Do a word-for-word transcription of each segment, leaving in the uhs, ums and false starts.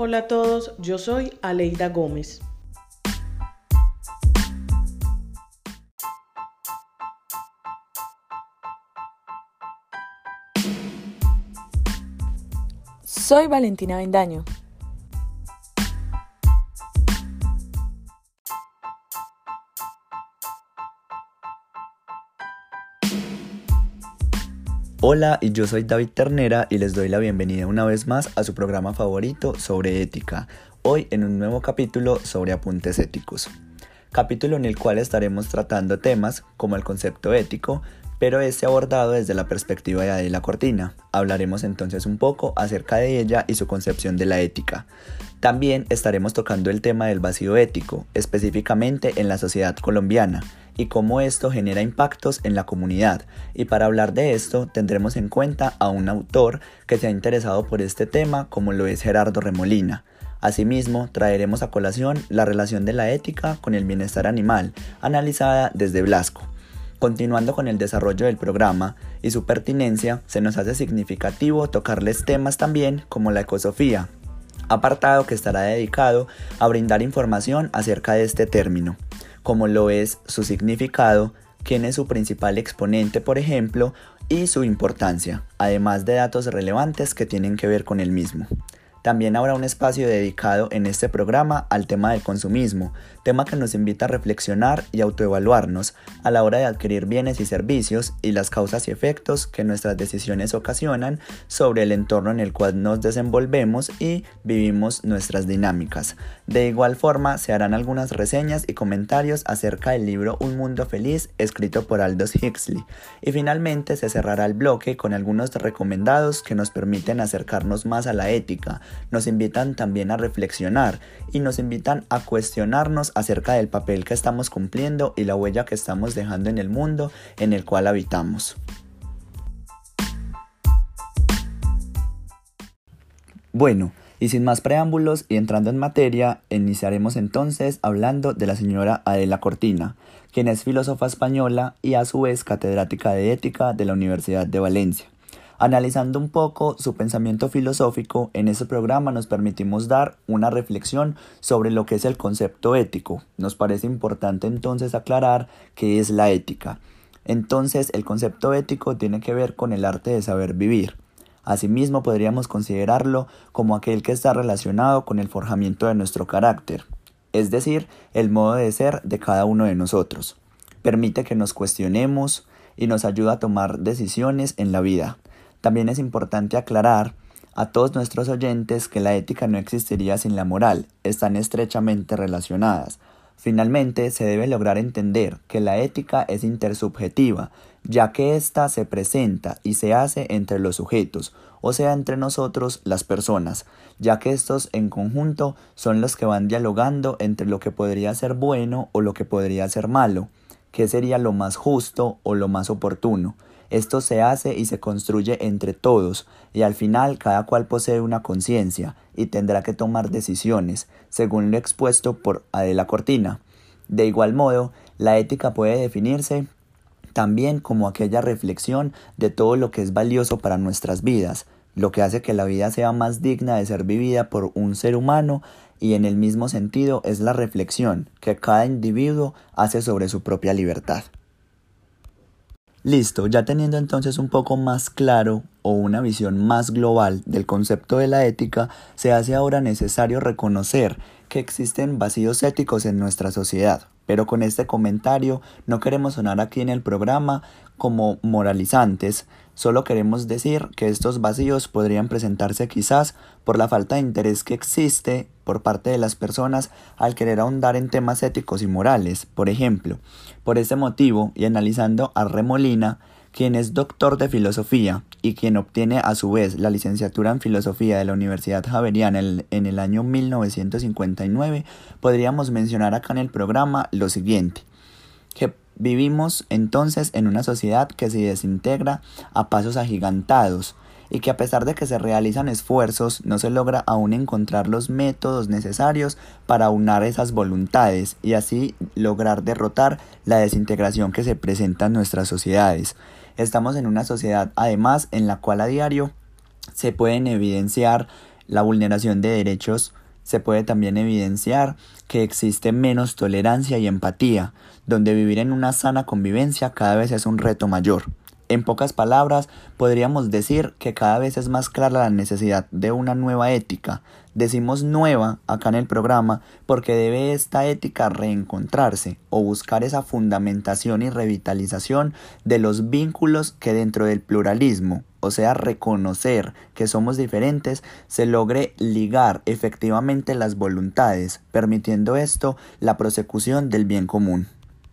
Hola a todos, yo soy Aleida Gómez. Soy Valentina Bendaño. Hola, y yo soy David Ternera y les doy la bienvenida una vez más a su programa favorito sobre ética, hoy en un nuevo capítulo sobre apuntes éticos. Capítulo en el cual estaremos tratando temas como el concepto ético, pero este abordado desde la perspectiva de Adela Cortina. Hablaremos entonces un poco acerca de ella y su concepción de la ética. También estaremos tocando el tema del vacío ético, específicamente en la sociedad colombiana, y cómo esto genera impactos en la comunidad. Y para hablar de esto tendremos en cuenta a un autor que se ha interesado por este tema, como lo es Gerardo Remolina. Asimismo, traeremos a colación la relación de la ética con el bienestar animal, analizada desde Blasco. Continuando con el desarrollo del programa y su pertinencia, se nos hace significativo tocarles temas también como la ecosofía, apartado que estará dedicado a brindar información acerca de este término, como lo es su significado, quién es su principal exponente, por ejemplo, y su importancia, además de datos relevantes que tienen que ver con el mismo. También habrá un espacio dedicado en este programa al tema del consumismo, tema que nos invita a reflexionar y autoevaluarnos a la hora de adquirir bienes y servicios y las causas y efectos que nuestras decisiones ocasionan sobre el entorno en el cual nos desenvolvemos y vivimos nuestras dinámicas. De igual forma, se harán algunas reseñas y comentarios acerca del libro Un Mundo Feliz, escrito por Aldous Huxley. Y finalmente se cerrará el bloque con algunos recomendados que nos permiten acercarnos más a la ética, nos invitan también a reflexionar y nos invitan a cuestionarnos acerca del papel que estamos cumpliendo y la huella que estamos dejando en el mundo en el cual habitamos. Bueno, y sin más preámbulos y entrando en materia, iniciaremos entonces hablando de la señora Adela Cortina, quien es filósofa española y a su vez catedrática de ética de la Universidad de Valencia. Analizando un poco su pensamiento filosófico, en este programa nos permitimos dar una reflexión sobre lo que es el concepto ético. Nos parece importante entonces aclarar qué es la ética. Entonces, el concepto ético tiene que ver con el arte de saber vivir. Asimismo, podríamos considerarlo como aquel que está relacionado con el forjamiento de nuestro carácter, es decir, el modo de ser de cada uno de nosotros. Permite que nos cuestionemos y nos ayuda a tomar decisiones en la vida. También es importante aclarar a todos nuestros oyentes que la ética no existiría sin la moral, están estrechamente relacionadas. Finalmente, se debe lograr entender que la ética es intersubjetiva, ya que ésta se presenta y se hace entre los sujetos, o sea, entre nosotros, las personas, ya que estos en conjunto son los que van dialogando entre lo que podría ser bueno o lo que podría ser malo, qué sería lo más justo o lo más oportuno. Esto se hace y se construye entre todos, y al final cada cual posee una conciencia y tendrá que tomar decisiones, según lo expuesto por Adela Cortina. De igual modo, la ética puede definirse también como aquella reflexión de todo lo que es valioso para nuestras vidas, lo que hace que la vida sea más digna de ser vivida por un ser humano, y en el mismo sentido es la reflexión que cada individuo hace sobre su propia libertad. Listo, ya teniendo entonces un poco más claro o una visión más global del concepto de la ética, se hace ahora necesario reconocer que existen vacíos éticos en nuestra sociedad. Pero con este comentario no queremos sonar aquí en el programa como moralizantes, solo queremos decir que estos vacíos podrían presentarse quizás por la falta de interés que existe por parte de las personas al querer ahondar en temas éticos y morales. Por ejemplo, por este motivo, y analizando a Remolina, quien es doctor de filosofía y quien obtiene a su vez la licenciatura en filosofía de la Universidad Javeriana en, en el año mil novecientos cincuenta y nueve, podríamos mencionar acá en el programa lo siguiente, que vivimos entonces en una sociedad que se desintegra a pasos agigantados y que a pesar de que se realizan esfuerzos, no se logra aún encontrar los métodos necesarios para aunar esas voluntades y así lograr derrotar la desintegración que se presenta en nuestras sociedades. Estamos en una sociedad además en la cual a diario se pueden evidenciar la vulneración de derechos, se puede también evidenciar que existe menos tolerancia y empatía, donde vivir en una sana convivencia cada vez es un reto mayor. En pocas palabras, podríamos decir que cada vez es más clara la necesidad de una nueva ética. Decimos nueva acá en el programa porque debe esta ética reencontrarse o buscar esa fundamentación y revitalización de los vínculos que dentro del pluralismo, o sea, reconocer que somos diferentes, se logre ligar efectivamente las voluntades, permitiendo esto la prosecución del bien común.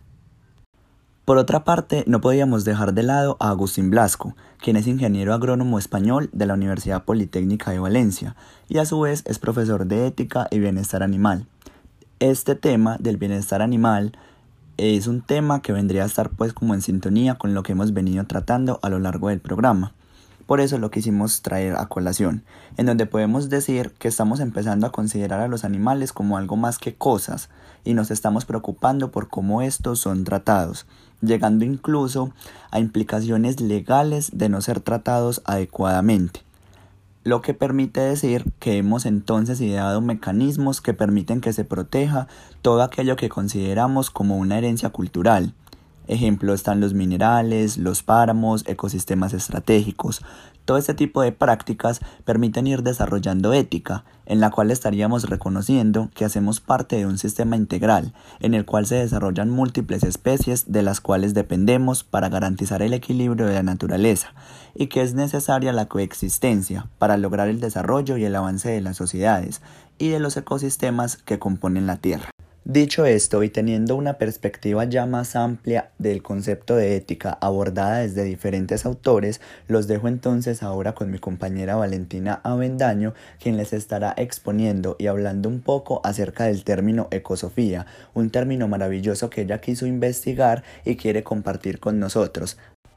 Por otra parte, no podíamos dejar de lado a Agustín Blasco, quien es ingeniero agrónomo español de la Universidad Politécnica de Valencia y a su vez es profesor de ética y bienestar animal. Este tema del bienestar animal es un tema que vendría a estar pues como en sintonía con lo que hemos venido tratando a lo largo del programa. Por eso lo quisimos traer a colación, en donde podemos decir que estamos empezando a considerar a los animales como algo más que cosas y nos estamos preocupando por cómo estos son tratados, llegando incluso a implicaciones legales de no ser tratados adecuadamente. Lo que permite decir que hemos entonces ideado mecanismos que permiten que se proteja todo aquello que consideramos como una herencia cultural. Ejemplo están los minerales, los páramos, ecosistemas estratégicos. Todo este tipo de prácticas permiten ir desarrollando ética, en la cual estaríamos reconociendo que hacemos parte de un sistema integral, en el cual se desarrollan múltiples especies de las cuales dependemos para garantizar el equilibrio de la naturaleza, y que es necesaria la coexistencia para lograr el desarrollo y el avance de las sociedades y de los ecosistemas que componen la Tierra. Dicho esto, y teniendo una perspectiva ya más amplia del concepto de ética abordada desde diferentes autores, los dejo entonces ahora con mi compañera Valentina Avendaño, quien les estará exponiendo y hablando un poco acerca del término ecosofía, un término maravilloso que ella quiso investigar y quiere compartir con nosotros.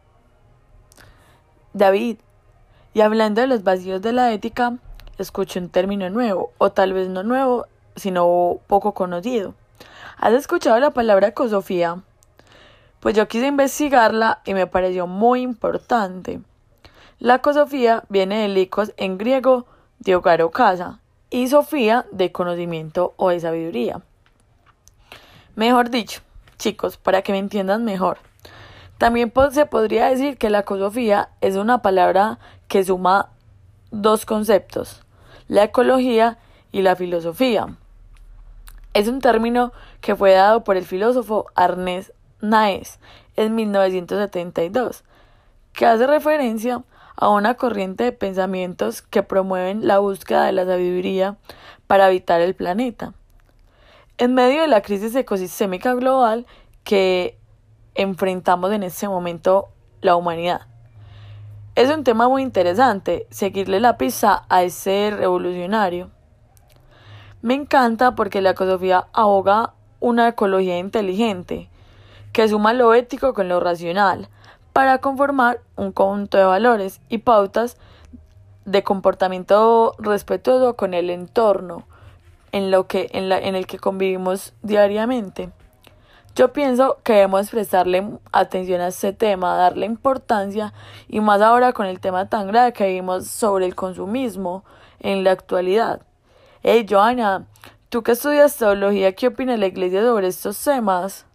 David, y hablando de los vacíos de la ética, escuché un término nuevo, o tal vez no nuevo, sino poco conocido. ¿Has escuchado la palabra ecosofía? Pues yo quise investigarla y me pareció muy importante. La ecosofía viene del ecos en griego de hogar o casa y sofía de conocimiento o de sabiduría. Mejor dicho, chicos, para que me entiendan mejor, también se podría decir que la ecosofía es una palabra que suma dos conceptos, la ecología y la filosofía. Es un término que fue dado por el filósofo Ernest Naes en mil novecientos setenta y dos, que hace referencia a una corriente de pensamientos que promueven la búsqueda de la sabiduría para habitar el planeta. En medio de la crisis ecosistémica global que enfrentamos en este momento la humanidad. Es un tema muy interesante seguirle la pista a este revolucionario. Me encanta porque la ecosofía aboga una ecología inteligente que suma lo ético con lo racional para conformar un conjunto de valores y pautas de comportamiento respetuoso con el entorno en, lo que, en, la, en el que convivimos diariamente. Yo pienso que debemos prestarle atención a este tema, darle importancia y más ahora con el tema tan grave que vivimos sobre el consumismo en la actualidad. Hey, Joana, tú que estudias teología, ¿qué opina la Iglesia sobre estos temas?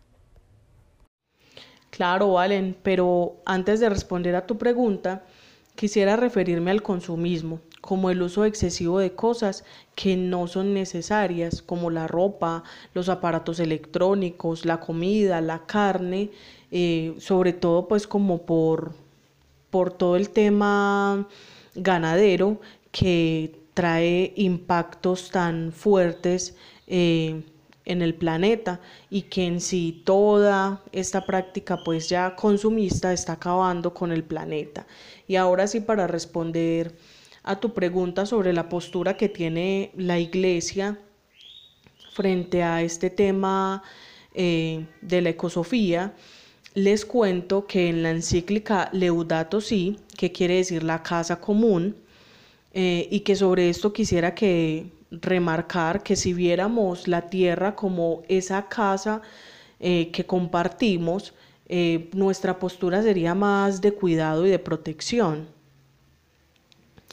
Claro, Valen, pero antes de responder a tu pregunta, quisiera referirme al consumismo, como el uso excesivo de cosas que no son necesarias, como la ropa, los aparatos electrónicos, la comida, la carne, eh, sobre todo pues como por, por todo el tema ganadero que trae impactos tan fuertes eh, en el planeta y que en sí toda esta práctica pues ya consumista está acabando con el planeta. Y ahora sí, para responder a tu pregunta sobre la postura que tiene la Iglesia frente a este tema eh, de la ecosofía, les cuento que en la encíclica Laudato Si, que quiere decir la casa común, Eh, y que sobre esto quisiera que remarcar que si viéramos la tierra como esa casa eh, que compartimos, eh, nuestra postura sería más de cuidado y de protección.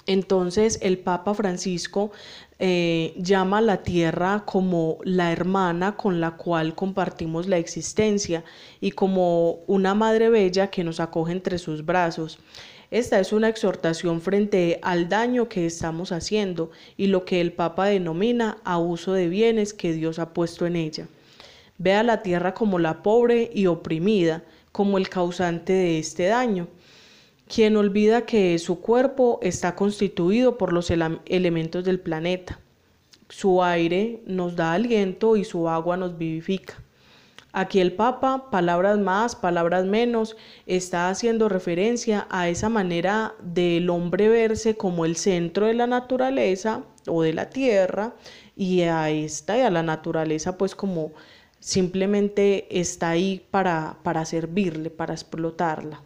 Entonces el Papa Francisco eh, llama a la tierra como la hermana con la cual compartimos la existencia y como una madre bella que nos acoge entre sus brazos. Esta es una exhortación frente al daño que estamos haciendo y lo que el Papa denomina abuso de bienes que Dios ha puesto en ella. Ve a la tierra como la pobre y oprimida, como el causante de este daño, quien olvida que su cuerpo está constituido por los ele- elementos del planeta. Su aire nos da aliento y su agua nos vivifica. Aquí el Papa, palabras más, palabras menos, está haciendo referencia a esa manera del hombre verse como el centro de la naturaleza o de la tierra y a esta y a la naturaleza pues como simplemente está ahí para, para servirle, para explotarla.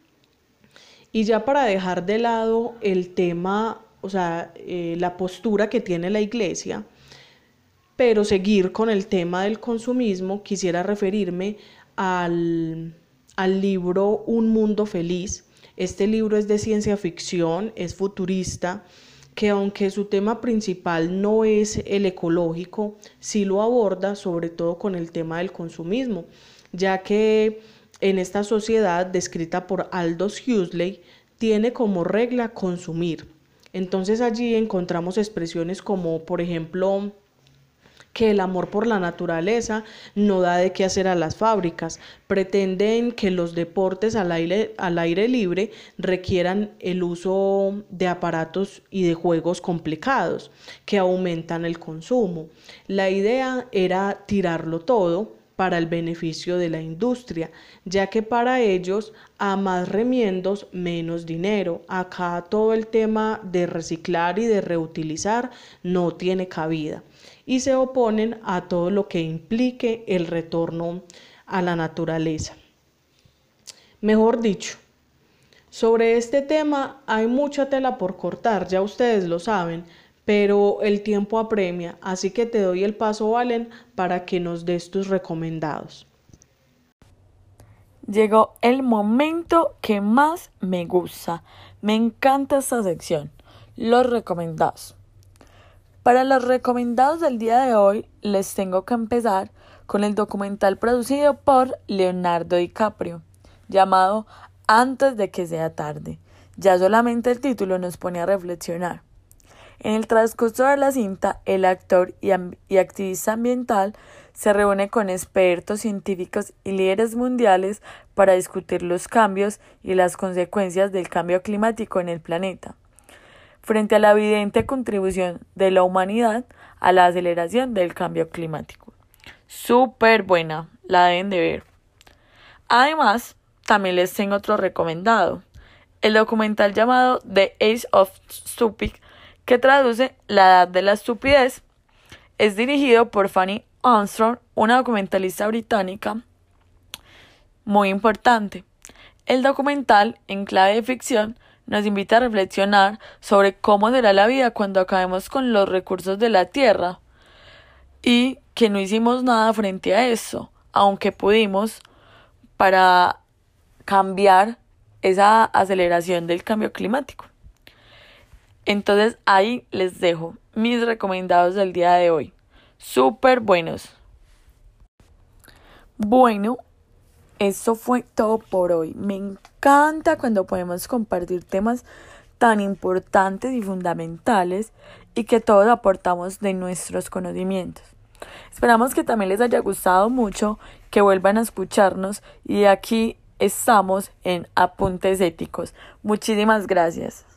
Y ya para dejar de lado el tema, o sea, eh, la postura que tiene la Iglesia, pero seguir con el tema del consumismo, quisiera referirme al, al libro Un Mundo Feliz. Este libro es de ciencia ficción, es futurista, que aunque su tema principal no es el ecológico, sí lo aborda sobre todo con el tema del consumismo, ya que en esta sociedad descrita por Aldous Huxley tiene como regla consumir. Entonces allí encontramos expresiones como, por ejemplo, que el amor por la naturaleza no da de qué hacer a las fábricas. Pretenden que los deportes al aire, al aire libre requieran el uso de aparatos y de juegos complicados que aumentan el consumo. La idea era tirarlo todo para el beneficio de la industria, ya que para ellos a más remiendos menos dinero. Acá todo el tema de reciclar y de reutilizar no tiene cabida y se oponen a todo lo que implique el retorno a la naturaleza. Mejor dicho, sobre este tema hay mucha tela por cortar, ya ustedes lo saben, pero el tiempo apremia, así que te doy el paso, Valen, para que nos des tus recomendados. Llegó el momento que más me gusta. Me encanta esta sección, los recomendados. Para los recomendados del día de hoy, les tengo que empezar con el documental producido por Leonardo DiCaprio, llamado Antes de que sea tarde. Ya solamente el título nos pone a reflexionar. En el transcurso de la cinta, el actor y, amb- y activista ambiental se reúne con expertos, científicos y líderes mundiales para discutir los cambios y las consecuencias del cambio climático en el planeta, frente a la evidente contribución de la humanidad a la aceleración del cambio climático. Súper buena, la deben de ver. Además, también les tengo otro recomendado, el documental llamado The Age of Stupid, que traduce La Edad de la Estupidez. Es dirigido por Fanny Armstrong, una documentalista británica muy importante. El documental, en clave de ficción, nos invita a reflexionar sobre cómo será la vida cuando acabemos con los recursos de la Tierra y que no hicimos nada frente a eso, aunque pudimos, para cambiar esa aceleración del cambio climático. Entonces ahí les dejo mis recomendados del día de hoy. Súper buenos. Bueno, eso fue todo por hoy. Me encanta cuando podemos compartir temas tan importantes y fundamentales y que todos aportamos de nuestros conocimientos. Esperamos que también les haya gustado mucho, que vuelvan a escucharnos y aquí estamos en Apuntes Éticos. Muchísimas gracias.